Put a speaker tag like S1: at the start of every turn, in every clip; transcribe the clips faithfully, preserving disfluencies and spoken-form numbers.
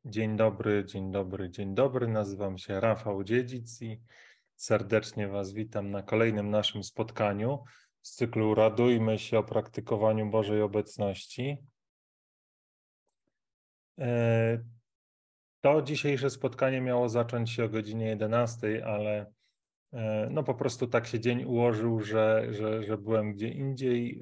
S1: Dzień dobry, dzień dobry, dzień dobry. Nazywam się Rafał Dziedzic i serdecznie Was witam na kolejnym naszym spotkaniu z cyklu Radujmy się o praktykowaniu Bożej Obecności. To dzisiejsze spotkanie miało zacząć się o godzinie jedenastej, ale no po prostu tak się dzień ułożył, że, że, że byłem gdzie indziej.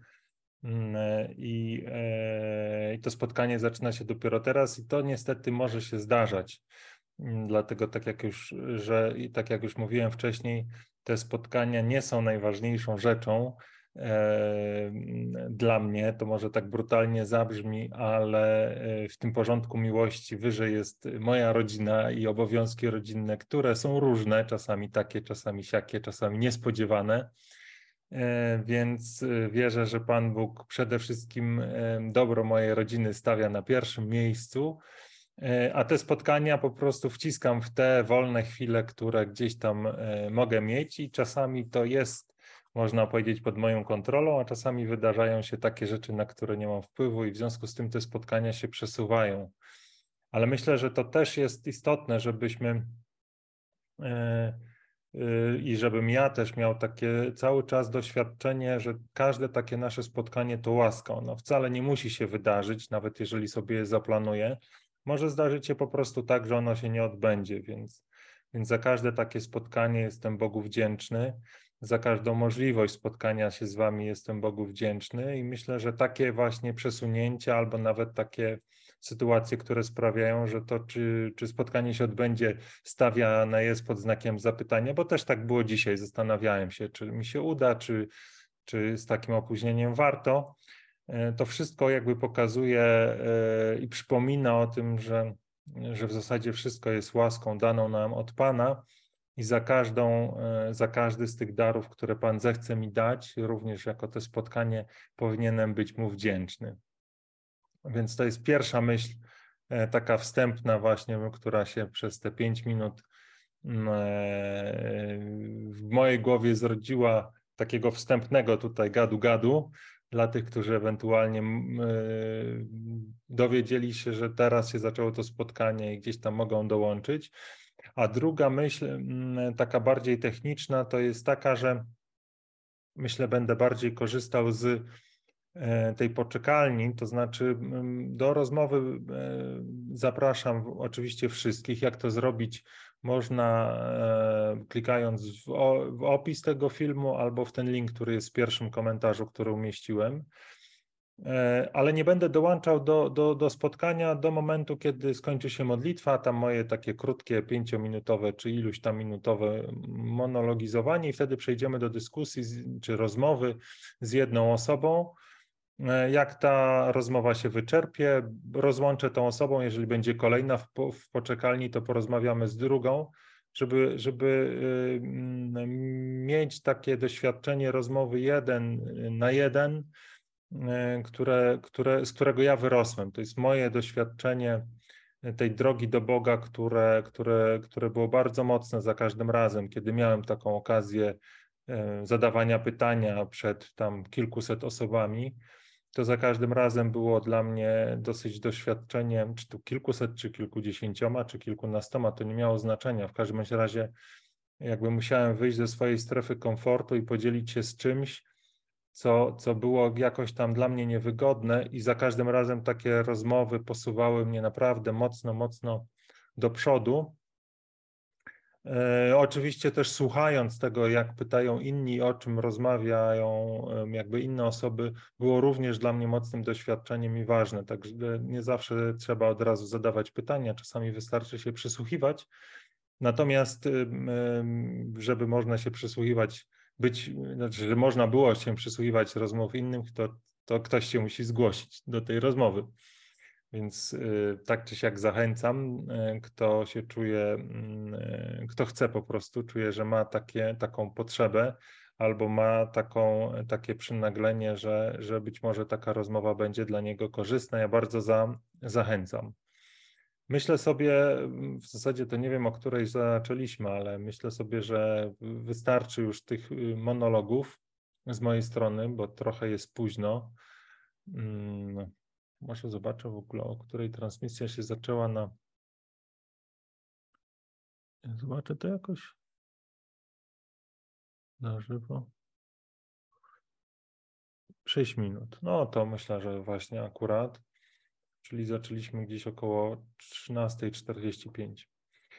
S1: I, I to spotkanie zaczyna się dopiero teraz i to niestety może się zdarzać. Dlatego tak jak już, że i tak jak już mówiłem wcześniej, te spotkania nie są najważniejszą rzeczą e, dla mnie. To może tak brutalnie zabrzmi, ale w tym porządku miłości wyżej jest moja rodzina i obowiązki rodzinne, które są różne, czasami takie, czasami siakie, czasami niespodziewane. Więc wierzę, że Pan Bóg przede wszystkim dobro mojej rodziny stawia na pierwszym miejscu, a te spotkania po prostu wciskam w te wolne chwile, które gdzieś tam mogę mieć i czasami to jest, można powiedzieć, pod moją kontrolą, a czasami wydarzają się takie rzeczy, na które nie mam wpływu i w związku z tym te spotkania się przesuwają. Ale myślę, że to też jest istotne, żebyśmy i żebym ja też miał takie cały czas doświadczenie, że każde takie nasze spotkanie to łaska. Ono wcale nie musi się wydarzyć, nawet jeżeli sobie je zaplanuję. Może zdarzyć się po prostu tak, że ono się nie odbędzie, więc, więc za każde takie spotkanie jestem Bogu wdzięczny. Za każdą możliwość spotkania się z Wami jestem Bogu wdzięczny i myślę, że takie właśnie przesunięcia albo nawet takie sytuacje, które sprawiają, że to, czy, czy spotkanie się odbędzie, stawiane jest pod znakiem zapytania, bo też tak było dzisiaj. Zastanawiałem się, czy mi się uda, czy, czy z takim opóźnieniem warto. To wszystko jakby pokazuje i przypomina o tym, że, że w zasadzie wszystko jest łaską daną nam od Pana i za każdą, za każdy z tych darów, które Pan zechce mi dać, również jako to spotkanie, powinienem być Mu wdzięczny. Więc to jest pierwsza myśl, taka wstępna właśnie, która się przez te pięć minut w mojej głowie zrodziła, takiego wstępnego tutaj gadu-gadu, dla tych, którzy ewentualnie dowiedzieli się, że teraz się zaczęło to spotkanie i gdzieś tam mogą dołączyć. A druga myśl, taka bardziej techniczna, to jest taka, że myślę, będę bardziej korzystał z tej poczekalni, to znaczy do rozmowy zapraszam oczywiście wszystkich. Jak to zrobić? Można klikając w, w opis tego filmu albo w ten link, który jest w pierwszym komentarzu, który umieściłem. Ale nie będę dołączał do, do, do spotkania do momentu, kiedy skończy się modlitwa, tam moje takie krótkie, pięciominutowe czy iluś tam minutowe monologizowanie i wtedy przejdziemy do dyskusji czy rozmowy z jedną osobą. Jak ta rozmowa się wyczerpie, rozłączę tą osobą, jeżeli będzie kolejna w, po, w poczekalni, to porozmawiamy z drugą, żeby, żeby mieć takie doświadczenie rozmowy jeden na jeden, które, które, z którego ja wyrosłem. To jest moje doświadczenie tej drogi do Boga, które, które, które było bardzo mocne za każdym razem, kiedy miałem taką okazję zadawania pytania przed tam kilkuset osobami. To za każdym razem było dla mnie dosyć doświadczeniem, czy tu kilkuset, czy kilkudziesięcioma, czy kilkunastoma, to nie miało znaczenia. W każdym razie jakby musiałem wyjść ze swojej strefy komfortu i podzielić się z czymś, co, co było jakoś tam dla mnie niewygodne i za każdym razem takie rozmowy posuwały mnie naprawdę mocno, mocno do przodu. E, oczywiście też słuchając tego, jak pytają inni, o czym rozmawiają jakby inne osoby, było również dla mnie mocnym doświadczeniem i ważne. Także nie zawsze trzeba od razu zadawać pytania, czasami wystarczy się przysłuchiwać. Natomiast żeby można się przysłuchiwać, być, znaczy, że można było się przysłuchiwać rozmów innych, to, to ktoś się musi zgłosić do tej rozmowy. Więc tak czy siak zachęcam, kto się czuje, kto chce po prostu, czuje, że ma takie, taką potrzebę albo ma taką, takie przynaglenie, że, że być może taka rozmowa będzie dla niego korzystna. Ja bardzo za, zachęcam. Myślę sobie, w zasadzie to nie wiem, o której zaczęliśmy, ale myślę sobie, że wystarczy już tych monologów z mojej strony, bo trochę jest późno. Może zobaczę w ogóle, o której transmisja się zaczęła na... Zobaczę to jakoś na żywo. sześć minut. No to myślę, że właśnie akurat, czyli zaczęliśmy gdzieś około trzynasta czterdzieści pięć.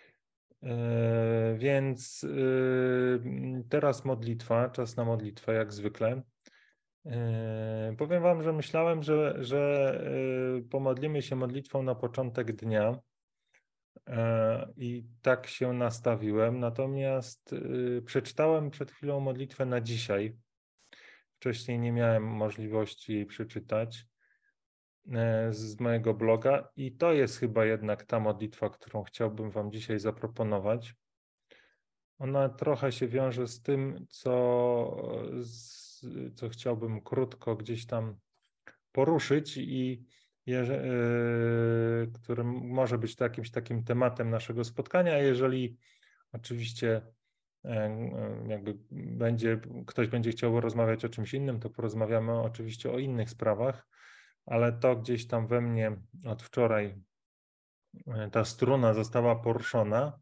S1: Yy, więc yy, teraz modlitwa, czas na modlitwę jak zwykle. Yy, powiem wam, że myślałem, że, że yy, pomodlimy się modlitwą na początek dnia yy, i tak się nastawiłem, natomiast yy, przeczytałem przed chwilą modlitwę na dzisiaj. Wcześniej nie miałem możliwości jej przeczytać z mojego bloga i to jest chyba jednak ta modlitwa, którą chciałbym wam dzisiaj zaproponować. Ona trochę się wiąże z tym, co, z, co chciałbym krótko gdzieś tam poruszyć i jeże, yy, którym może być to jakimś takim tematem naszego spotkania. Jeżeli oczywiście jakby będzie, ktoś będzie chciał rozmawiać o czymś innym, to porozmawiamy oczywiście o innych sprawach, ale to gdzieś tam we mnie od wczoraj ta struna została poruszona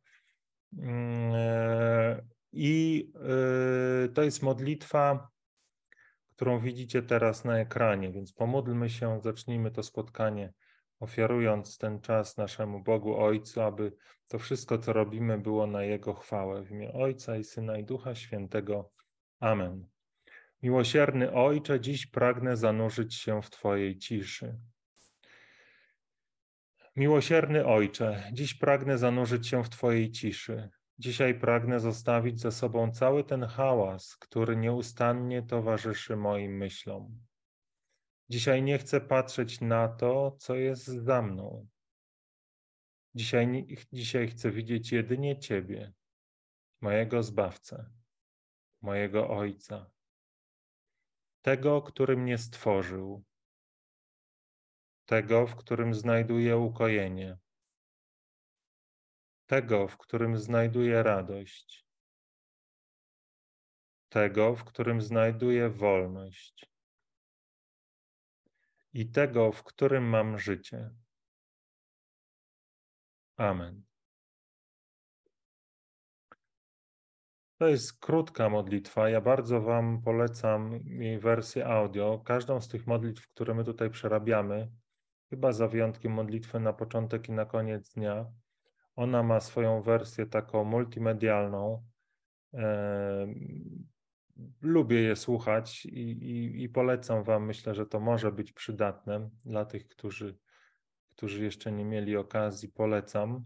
S1: i to jest modlitwa, którą widzicie teraz na ekranie, więc pomódlmy się, zacznijmy to spotkanie ofiarując ten czas naszemu Bogu Ojcu, aby to wszystko, co robimy, było na Jego chwałę. W imię Ojca i Syna i Ducha Świętego. Amen. Miłosierny Ojcze, dziś pragnę zanurzyć się w Twojej ciszy. Miłosierny Ojcze, dziś pragnę zanurzyć się w Twojej ciszy. Dzisiaj pragnę zostawić za sobą cały ten hałas, który nieustannie towarzyszy moim myślom. Dzisiaj nie chcę patrzeć na to, co jest za mną. Dzisiaj, dzisiaj chcę widzieć jedynie Ciebie, mojego Zbawcę, mojego Ojca, tego, który mnie stworzył, tego, w którym znajduję ukojenie, tego, w którym znajduję radość, tego, w którym znajduję wolność i tego, w którym mam życie. Amen. To jest krótka modlitwa. Ja bardzo Wam polecam jej wersję audio. Każdą z tych modlitw, które my tutaj przerabiamy, chyba za wyjątkiem modlitwy na początek i na koniec dnia, ona ma swoją wersję taką multimedialną. E, lubię je słuchać i, i, i polecam Wam. Myślę, że to może być przydatne dla tych, którzy, którzy jeszcze nie mieli okazji. Polecam.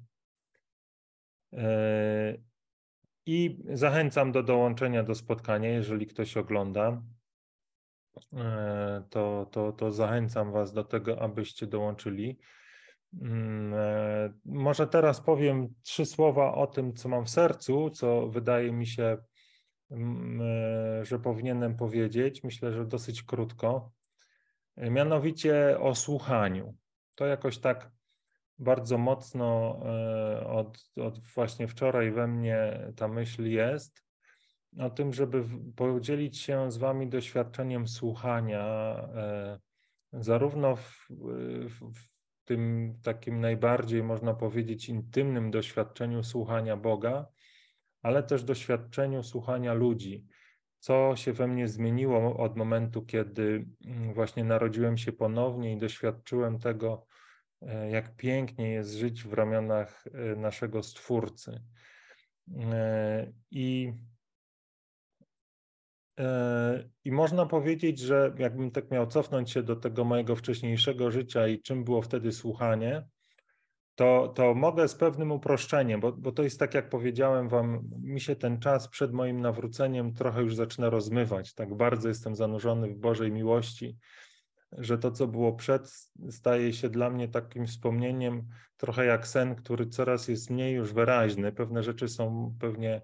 S1: E, I zachęcam do dołączenia do spotkania, jeżeli ktoś ogląda, to, to, to zachęcam Was do tego, abyście dołączyli. Może teraz powiem trzy słowa o tym, co mam w sercu, co wydaje mi się, że powinienem powiedzieć. Myślę, że dosyć krótko. Mianowicie o słuchaniu. To jakoś tak bardzo mocno od, od właśnie wczoraj we mnie ta myśl jest, o tym, żeby podzielić się z Wami doświadczeniem słuchania, zarówno w, w, w tym takim najbardziej, można powiedzieć, intymnym doświadczeniu słuchania Boga, ale też doświadczeniu słuchania ludzi. Co się we mnie zmieniło od momentu, kiedy właśnie narodziłem się ponownie i doświadczyłem tego, jak pięknie jest żyć w ramionach naszego Stwórcy. I, i można powiedzieć, że jakbym tak miał cofnąć się do tego mojego wcześniejszego życia i czym było wtedy słuchanie, to, to mogę z pewnym uproszczeniem, bo, bo to jest tak, jak powiedziałem Wam, mi się ten czas przed moim nawróceniem trochę już zaczyna rozmywać. Tak bardzo jestem zanurzony w Bożej miłości, że to, co było przed, staje się dla mnie takim wspomnieniem, trochę jak sen, który coraz jest mniej już wyraźny. Pewne rzeczy są pewnie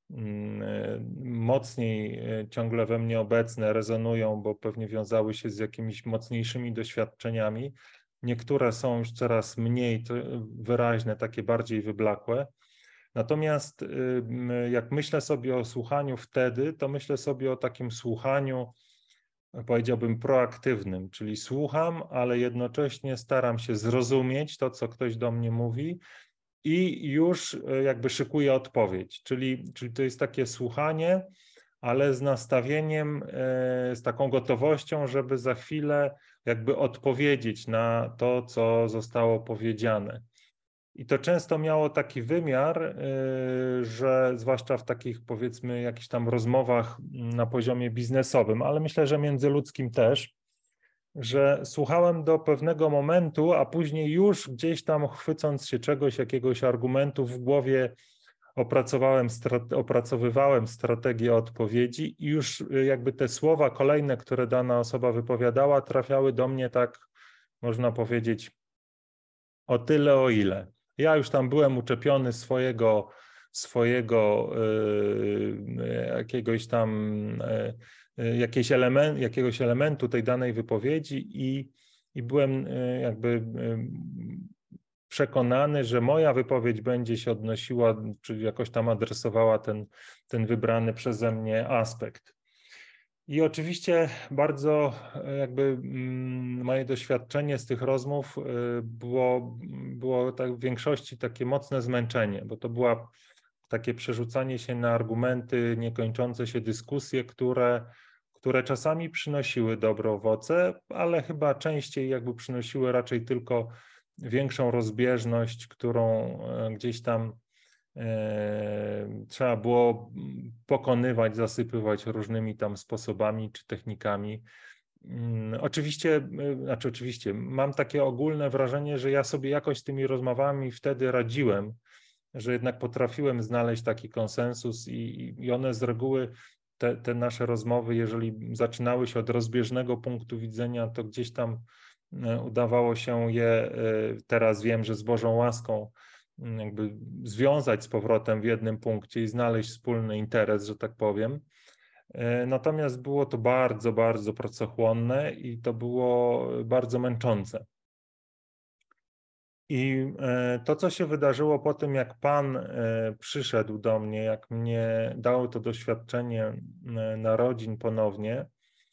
S1: mocniej ciągle we mnie obecne, rezonują, bo pewnie wiązały się z jakimiś mocniejszymi doświadczeniami. Niektóre są już coraz mniej wyraźne, takie bardziej wyblakłe. Natomiast jak myślę sobie o słuchaniu wtedy, to myślę sobie o takim słuchaniu powiedziałbym, proaktywnym, czyli słucham, ale jednocześnie staram się zrozumieć to, co ktoś do mnie mówi i już jakby szykuję odpowiedź, czyli, czyli to jest takie słuchanie, ale z nastawieniem, z taką gotowością, żeby za chwilę jakby odpowiedzieć na to, co zostało powiedziane. I to często miało taki wymiar, że zwłaszcza w takich, powiedzmy, jakichś tam rozmowach na poziomie biznesowym, ale myślę, że międzyludzkim też, że słuchałem do pewnego momentu, a później już gdzieś tam chwycąc się czegoś, jakiegoś argumentu w głowie opracowałem, opracowywałem strategię odpowiedzi i już jakby te słowa kolejne, które dana osoba wypowiadała, trafiały do mnie tak, można powiedzieć, o tyle, o ile. Ja już tam byłem uczepiony swojego, swojego yy, jakiegoś tam yy, jakiegoś, element, jakiegoś elementu tej danej wypowiedzi i, i byłem yy, jakby yy, przekonany, że moja wypowiedź będzie się odnosiła, czy jakoś tam adresowała ten, ten wybrany przeze mnie aspekt. I oczywiście bardzo jakby moje doświadczenie z tych rozmów było, było tak w większości takie mocne zmęczenie, bo to była takie przerzucanie się na argumenty, niekończące się dyskusje, które, które czasami przynosiły dobre owoce, ale chyba częściej jakby przynosiły raczej tylko większą rozbieżność, którą gdzieś tam trzeba było pokonywać, zasypywać różnymi tam sposobami czy technikami. Oczywiście, znaczy oczywiście, mam takie ogólne wrażenie, że ja sobie jakoś z tymi rozmowami wtedy radziłem, że jednak potrafiłem znaleźć taki konsensus i, i one z reguły, te, te nasze rozmowy, jeżeli zaczynały się od rozbieżnego punktu widzenia, to gdzieś tam udawało się je, teraz wiem, że z Bożą łaską, jakby związać z powrotem w jednym punkcie i znaleźć wspólny interes, że tak powiem. Natomiast było to bardzo, bardzo pracochłonne i to było bardzo męczące. I to, co się wydarzyło po tym, jak Pan przyszedł do mnie, jak mnie dał to doświadczenie narodzin ponownie,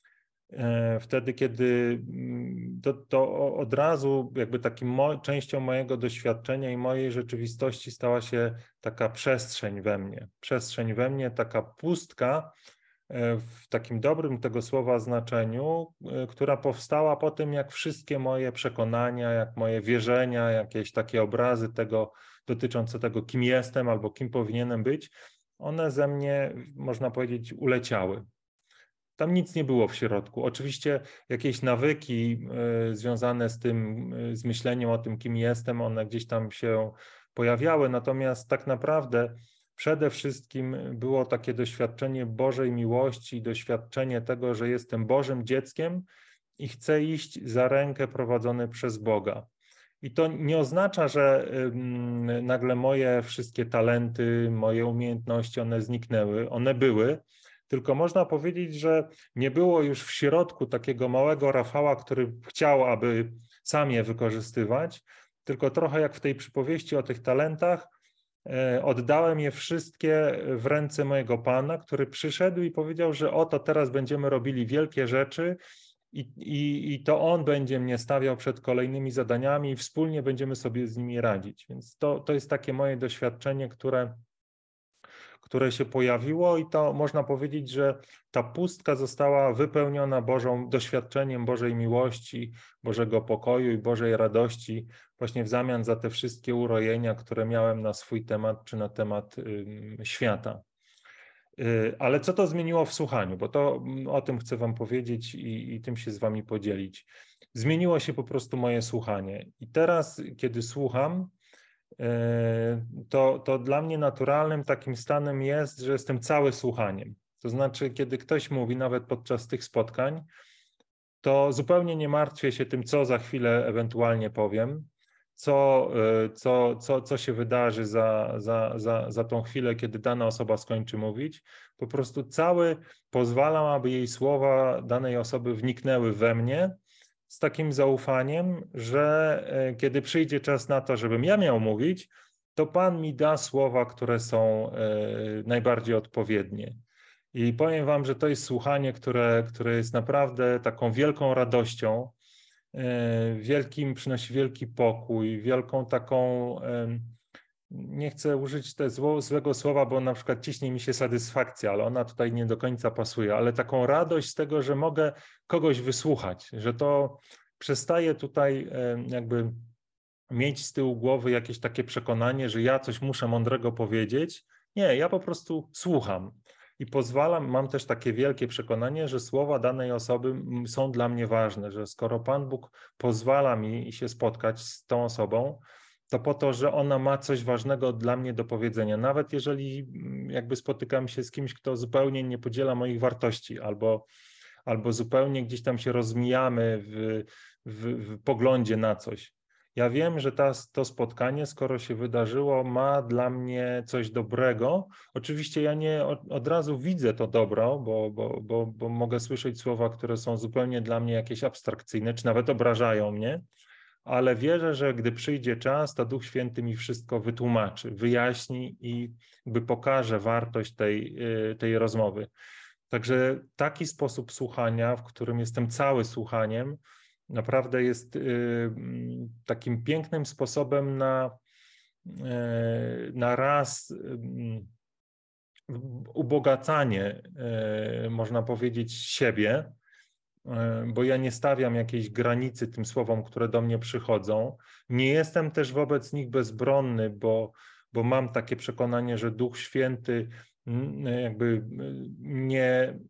S1: wtedy, kiedy to, to od razu jakby takim mo częścią mojego doświadczenia i mojej rzeczywistości stała się taka przestrzeń we mnie. Przestrzeń we mnie, taka pustka w takim dobrym tego słowa znaczeniu, która powstała po tym, jak wszystkie moje przekonania, jak moje wierzenia, jakieś takie obrazy tego dotyczące tego, kim jestem albo kim powinienem być, one ze mnie, można powiedzieć, uleciały. Tam nic nie było w środku. Oczywiście jakieś nawyki y, związane z tym, y, z myśleniem o tym, kim jestem, one gdzieś tam się pojawiały, natomiast tak naprawdę przede wszystkim było takie doświadczenie Bożej miłości, doświadczenie tego, że jestem Bożym dzieckiem i chcę iść za rękę prowadzony przez Boga. I to nie oznacza, że y, nagle moje wszystkie talenty, moje umiejętności, one zniknęły, one były, tylko można powiedzieć, że nie było już w środku takiego małego Rafała, który chciał, aby sam je wykorzystywać, tylko trochę jak w tej przypowieści o tych talentach, oddałem je wszystkie w ręce mojego Pana, który przyszedł i powiedział, że oto teraz będziemy robili wielkie rzeczy i, i, i to On będzie mnie stawiał przed kolejnymi zadaniami i wspólnie będziemy sobie z nimi radzić. Więc to, to jest takie moje doświadczenie, które które się pojawiło i to można powiedzieć, że ta pustka została wypełniona Bożą doświadczeniem Bożej miłości, Bożego pokoju i Bożej radości właśnie w zamian za te wszystkie urojenia, które miałem na swój temat czy na temat y, świata. Y, ale co to zmieniło w słuchaniu? Bo to o tym chcę wam powiedzieć i, i tym się z wami podzielić. Zmieniło się po prostu moje słuchanie i teraz, kiedy słucham, To, to dla mnie naturalnym takim stanem jest, że jestem cały słuchaniem. To znaczy, kiedy ktoś mówi, nawet podczas tych spotkań, to zupełnie nie martwię się tym, co za chwilę ewentualnie powiem, co, co, co, co się wydarzy za, za, za, za tą chwilę, kiedy dana osoba skończy mówić. Po prostu cały pozwalam, aby jej słowa danej osoby wniknęły we mnie, z takim zaufaniem, że kiedy przyjdzie czas na to, żebym ja miał mówić, to Pan mi da słowa, które są najbardziej odpowiednie. I powiem wam, że to jest słuchanie, które, które jest naprawdę taką wielką radością, wielkim, przynosi wielki pokój, wielką taką, nie chcę użyć tego zło, złego słowa, bo na przykład ciśnie mi się satysfakcja, ale ona tutaj nie do końca pasuje, ale taką radość z tego, że mogę kogoś wysłuchać, że to przestaje tutaj jakby mieć z tyłu głowy jakieś takie przekonanie, że ja coś muszę mądrego powiedzieć. Nie, ja po prostu słucham i pozwalam, mam też takie wielkie przekonanie, że słowa danej osoby są dla mnie ważne, że skoro Pan Bóg pozwala mi się spotkać z tą osobą, to po to, że ona ma coś ważnego dla mnie do powiedzenia. Nawet jeżeli jakby spotykam się z kimś, kto zupełnie nie podziela moich wartości albo, albo zupełnie gdzieś tam się rozmijamy w, w, w poglądzie na coś. Ja wiem, że ta, to spotkanie, skoro się wydarzyło, ma dla mnie coś dobrego. Oczywiście ja nie od, od razu widzę to dobro, bo, bo, bo, bo mogę słyszeć słowa, które są zupełnie dla mnie jakieś abstrakcyjne, czy nawet obrażają mnie, ale wierzę, że gdy przyjdzie czas, to Duch Święty mi wszystko wytłumaczy, wyjaśni i jakby pokaże wartość tej, tej rozmowy. Także taki sposób słuchania, w którym jestem cały słuchaniem, naprawdę jest takim pięknym sposobem na, na raz ubogacanie, można powiedzieć, siebie, bo ja nie stawiam jakiejś granicy tym słowom, które do mnie przychodzą. Nie jestem też wobec nich bezbronny, bo, bo mam takie przekonanie, że Duch Święty jakby nie...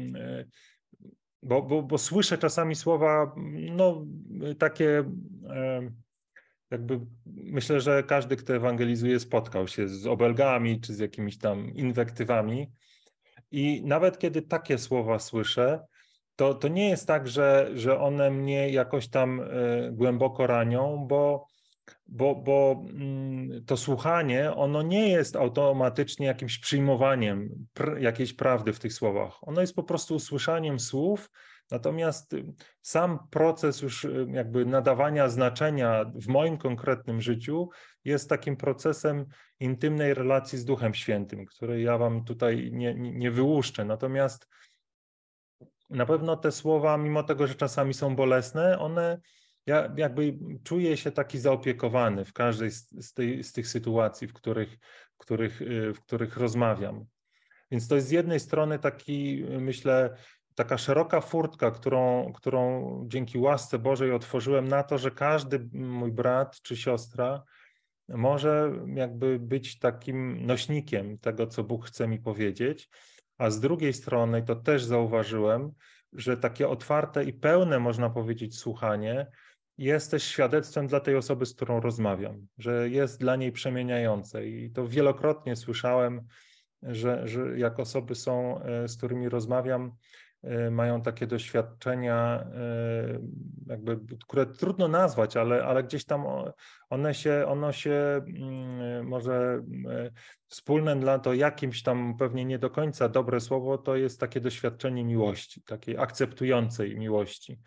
S1: Bo, bo, bo słyszę czasami słowa, no takie jakby, myślę, że każdy, kto ewangelizuje, spotkał się z obelgami czy z jakimiś tam inwektywami i nawet kiedy takie słowa słyszę, to, to nie jest tak, że, że one mnie jakoś tam głęboko ranią, bo Bo, bo to słuchanie, ono nie jest automatycznie jakimś przyjmowaniem pr jakiejś prawdy w tych słowach. Ono jest po prostu usłyszaniem słów, natomiast sam proces już jakby nadawania znaczenia w moim konkretnym życiu jest takim procesem intymnej relacji z Duchem Świętym, który ja wam tutaj nie, nie, nie wyłuszczę. Natomiast na pewno te słowa, mimo tego, że czasami są bolesne, one ja jakby czuję się taki zaopiekowany w każdej z, z, tej, z tych sytuacji, w których, w, których, w których rozmawiam. Więc to jest z jednej strony taki, myślę, taka szeroka furtka, którą, którą dzięki łasce Bożej otworzyłem na to, że każdy mój brat czy siostra może jakby być takim nośnikiem tego, co Bóg chce mi powiedzieć. A z drugiej strony to też zauważyłem, że takie otwarte i pełne, można powiedzieć, słuchanie jest też świadectwem dla tej osoby, z którą rozmawiam, że jest dla niej przemieniające. I to wielokrotnie słyszałem, że, że jak osoby są, z którymi rozmawiam, mają takie doświadczenia, jakby, które trudno nazwać, ale, ale gdzieś tam one się, ono się może wspólne dla to jakimś tam pewnie nie do końca dobre słowo, to jest takie doświadczenie miłości, takiej akceptującej miłości.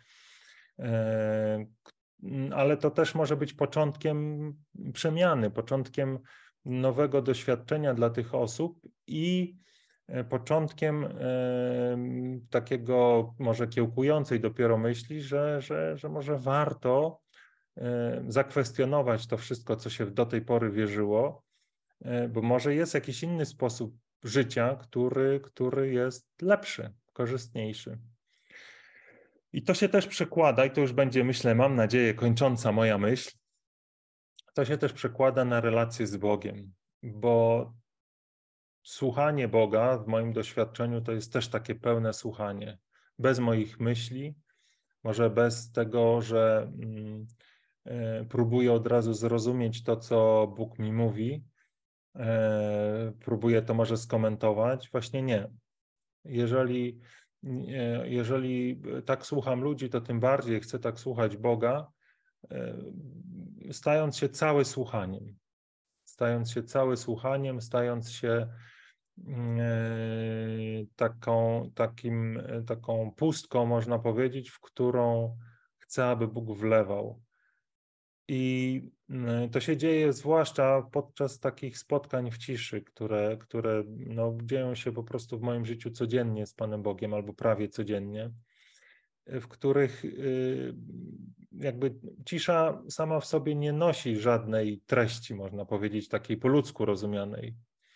S1: Ale to też może być początkiem przemiany, początkiem nowego doświadczenia dla tych osób i początkiem takiego może kiełkującej dopiero myśli, że, że, że może warto zakwestionować to wszystko, co się do tej pory wierzyło, bo może jest jakiś inny sposób życia, który, który jest lepszy, korzystniejszy. I to się też przekłada, i to już będzie, myślę, mam nadzieję, kończąca moja myśl, to się też przekłada na relacje z Bogiem, bo słuchanie Boga w moim doświadczeniu to jest też takie pełne słuchanie, bez moich myśli, może bez tego, że mm, y, próbuję od razu zrozumieć to, co Bóg mi mówi, y, próbuję to może skomentować, właśnie nie. Jeżeli, y, jeżeli tak słucham ludzi, to tym bardziej chcę tak słuchać Boga, y, stając się cały słuchaniem, stając się cały słuchaniem, stając się taką, takim, taką pustką, można powiedzieć, w którą chcę, aby Bóg wlewał. I to się dzieje zwłaszcza podczas takich spotkań w ciszy, które, które no, dzieją się po prostu w moim życiu codziennie z Panem Bogiem albo prawie codziennie, w których jakby cisza sama w sobie nie nosi żadnej treści, można powiedzieć, takiej po ludzku rozumianej,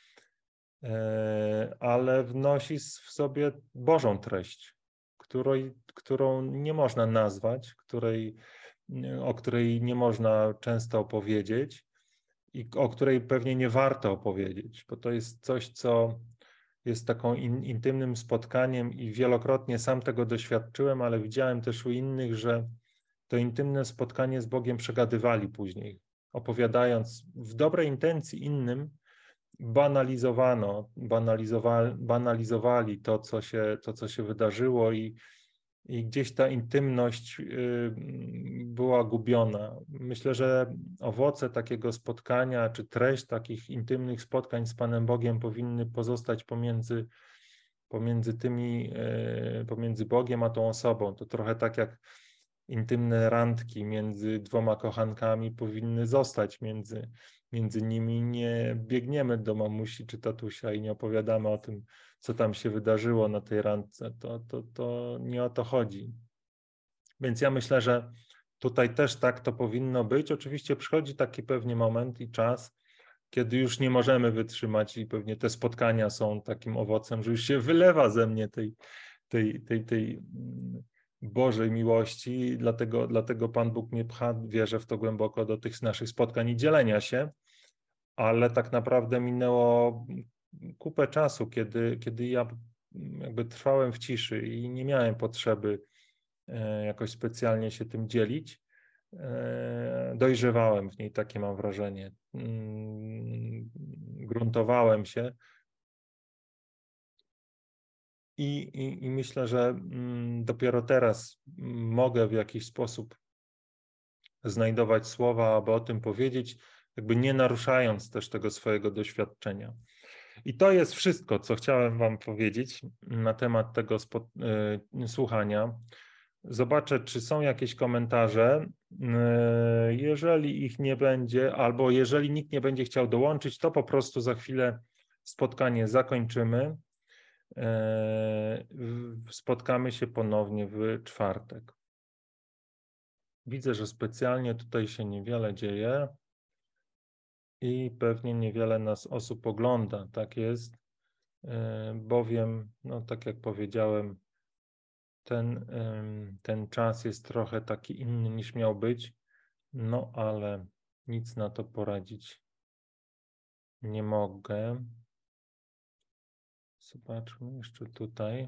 S1: ale wnosi w sobie Bożą treść, której, którą nie można nazwać, której, o której nie można często opowiedzieć i o której pewnie nie warto opowiedzieć, bo to jest coś, co jest taką in, intymnym spotkaniem i wielokrotnie sam tego doświadczyłem, ale widziałem też u innych, że to intymne spotkanie z Bogiem przegadywali później, opowiadając w dobrej intencji innym, banalizowano, banalizowali, banalizowali to, co się, to, co się wydarzyło i, i gdzieś ta intymność była gubiona. Myślę, że owoce takiego spotkania, czy treść takich intymnych spotkań z Panem Bogiem powinny pozostać pomiędzy, pomiędzy tymi, pomiędzy Bogiem a tą osobą. To trochę tak jak intymne randki między dwoma kochankami powinny zostać między, między nimi. Nie biegniemy do mamusi czy tatusia i nie opowiadamy o tym, co tam się wydarzyło na tej randce. To, to, to nie o to chodzi. Więc ja myślę, że tutaj też tak to powinno być. Oczywiście przychodzi taki pewnie moment i czas, kiedy już nie możemy wytrzymać i pewnie te spotkania są takim owocem, że już się wylewa ze mnie tej, tej, tej, tej Bożej miłości i dlatego, dlatego Pan Bóg mnie pcha, wierzę w to głęboko, do tych naszych spotkań i dzielenia się, ale tak naprawdę minęło kupę czasu, kiedy, kiedy ja jakby trwałem w ciszy i nie miałem potrzeby jakoś specjalnie się tym dzielić. Dojrzewałem w niej, takie mam wrażenie. Gruntowałem się. I, i, I myślę, że mm, dopiero teraz mogę w jakiś sposób znajdować słowa, aby o tym powiedzieć, jakby nie naruszając też tego swojego doświadczenia. I to jest wszystko, co chciałem Wam powiedzieć na temat tego y, słuchania. Zobaczę, czy są jakieś komentarze. Y, jeżeli ich nie będzie, albo jeżeli nikt nie będzie chciał dołączyć, to po prostu za chwilę spotkanie zakończymy. Spotkamy się ponownie w czwartek. Widzę, że specjalnie tutaj się niewiele dzieje i pewnie niewiele nas osób ogląda. Tak jest, bowiem, no tak jak powiedziałem, ten, ten czas jest trochę taki inny niż miał być, no ale nic na to poradzić nie mogę. Zobaczmy jeszcze tutaj.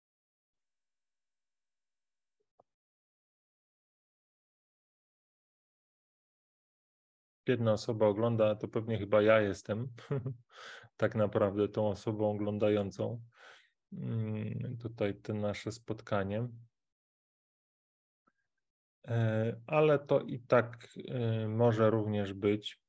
S1: Jedna osoba ogląda, to pewnie chyba ja jestem tak naprawdę tą osobą oglądającą tutaj to nasze spotkanie. Ale to i tak może również być.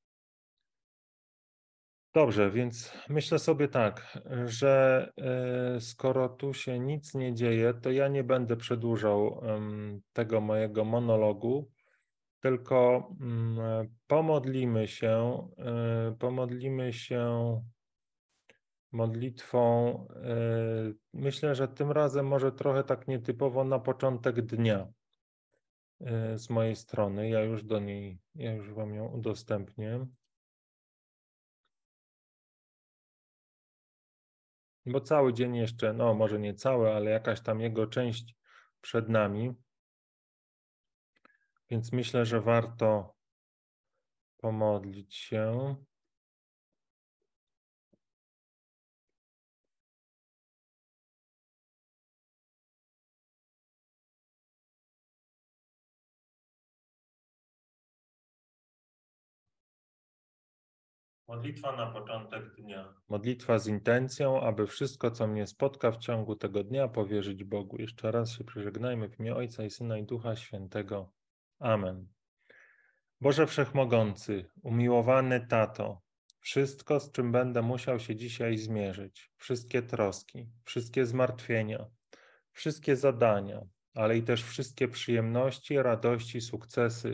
S1: Dobrze, więc myślę sobie tak, że skoro tu się nic nie dzieje, to ja nie będę przedłużał tego mojego monologu, tylko pomodlimy się, pomodlimy się modlitwą, myślę, że tym razem może trochę tak nietypowo na początek dnia z mojej strony. Ja już do niej, ja już Wam ją udostępnię. Bo cały dzień jeszcze, no może nie cały, ale jakaś tam jego część przed nami. Więc myślę, że warto pomodlić się. Modlitwa na początek dnia. Modlitwa z intencją, aby wszystko, co mnie spotka w ciągu tego dnia, powierzyć Bogu. Jeszcze raz się przyżegnajmy w imię Ojca i Syna i Ducha Świętego. Amen. Boże Wszechmogący, umiłowany Tato, wszystko, z czym będę musiał się dzisiaj zmierzyć, wszystkie troski, wszystkie zmartwienia, wszystkie zadania, ale i też wszystkie przyjemności, radości, sukcesy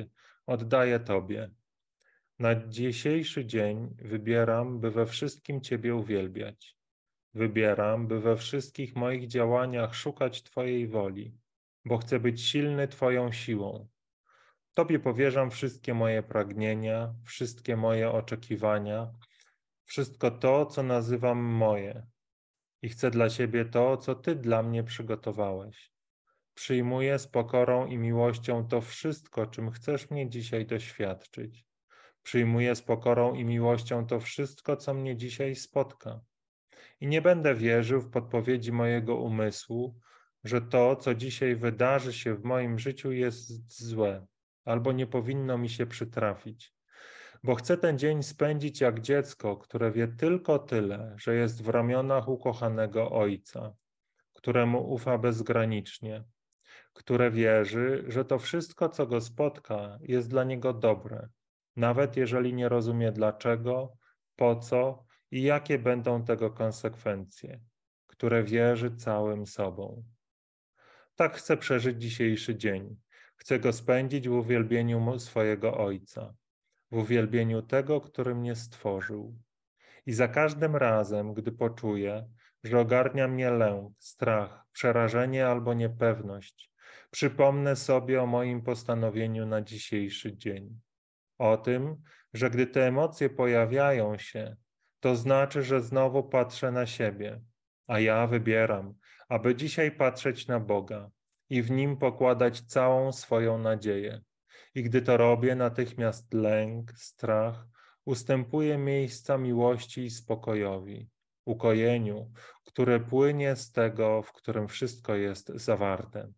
S1: oddaję Tobie. Na dzisiejszy dzień wybieram, by we wszystkim Ciebie uwielbiać. Wybieram, by we wszystkich moich działaniach szukać Twojej woli, bo chcę być silny Twoją siłą. Tobie powierzam wszystkie moje pragnienia, wszystkie moje oczekiwania, wszystko to, co nazywam moje. I chcę dla Ciebie to, co Ty dla mnie przygotowałeś. Przyjmuję z pokorą i miłością to wszystko, czym chcesz mnie dzisiaj doświadczyć. Przyjmuję z pokorą i miłością to wszystko, co mnie dzisiaj spotka. I nie będę wierzył w podpowiedzi mojego umysłu, że to, co dzisiaj wydarzy się w moim życiu, jest złe, albo nie powinno mi się przytrafić. Bo chcę ten dzień spędzić jak dziecko, które wie tylko tyle, że jest w ramionach ukochanego Ojca, któremu ufa bezgranicznie, które wierzy, że to wszystko, co go spotka, jest dla niego dobre, nawet jeżeli nie rozumie dlaczego, po co i jakie będą tego konsekwencje, które wierzy całym sobą. Tak chcę przeżyć dzisiejszy dzień. Chcę go spędzić w uwielbieniu swojego Ojca, w uwielbieniu tego, który mnie stworzył. I za każdym razem, gdy poczuję, że ogarnia mnie lęk, strach, przerażenie albo niepewność, przypomnę sobie o moim postanowieniu na dzisiejszy dzień. O tym, że gdy te emocje pojawiają się, to znaczy, że znowu patrzę na siebie, a ja wybieram, aby dzisiaj patrzeć na Boga i w Nim pokładać całą swoją nadzieję. I gdy to robię, natychmiast lęk, strach ustępuje miejsca miłości i spokojowi, ukojeniu, które płynie z tego, w którym wszystko jest zawarte.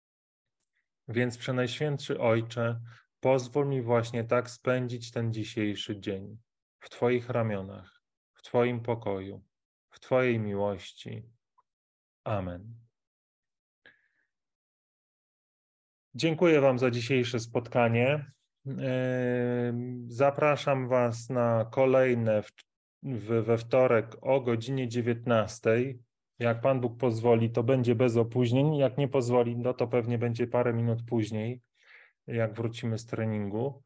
S1: Więc Przenajświętszy Ojcze, pozwól mi właśnie tak spędzić ten dzisiejszy dzień, w Twoich ramionach, w Twoim pokoju, w Twojej miłości. Amen. Dziękuję Wam za dzisiejsze spotkanie. Zapraszam Was na kolejne w, w, we wtorek o godzinie dziewiętnastej. Jak Pan Bóg pozwoli, to będzie bez opóźnień. Jak nie pozwoli, no to pewnie będzie parę minut później, jak wrócimy z treningu.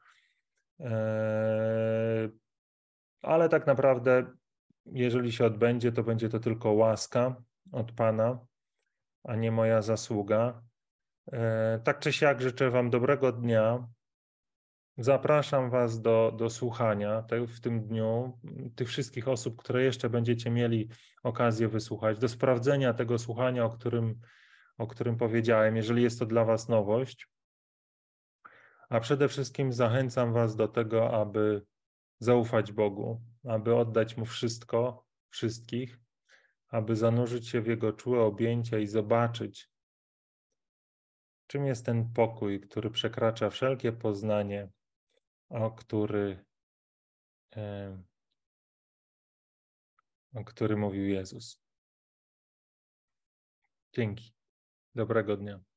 S1: Ale tak naprawdę, jeżeli się odbędzie, to będzie to tylko łaska od Pana, a nie moja zasługa. Tak czy siak życzę Wam dobrego dnia. Zapraszam Was do, do słuchania te, w tym dniu tych wszystkich osób, które jeszcze będziecie mieli okazję wysłuchać, do sprawdzenia tego słuchania, o którym, o którym powiedziałem, jeżeli jest to dla Was nowość. A przede wszystkim zachęcam Was do tego, aby zaufać Bogu, aby oddać Mu wszystko, wszystkich, aby zanurzyć się w Jego czułe objęcia i zobaczyć, czym jest ten pokój, który przekracza wszelkie poznanie, o który, o który mówił Jezus. Dzięki. Dobrego dnia.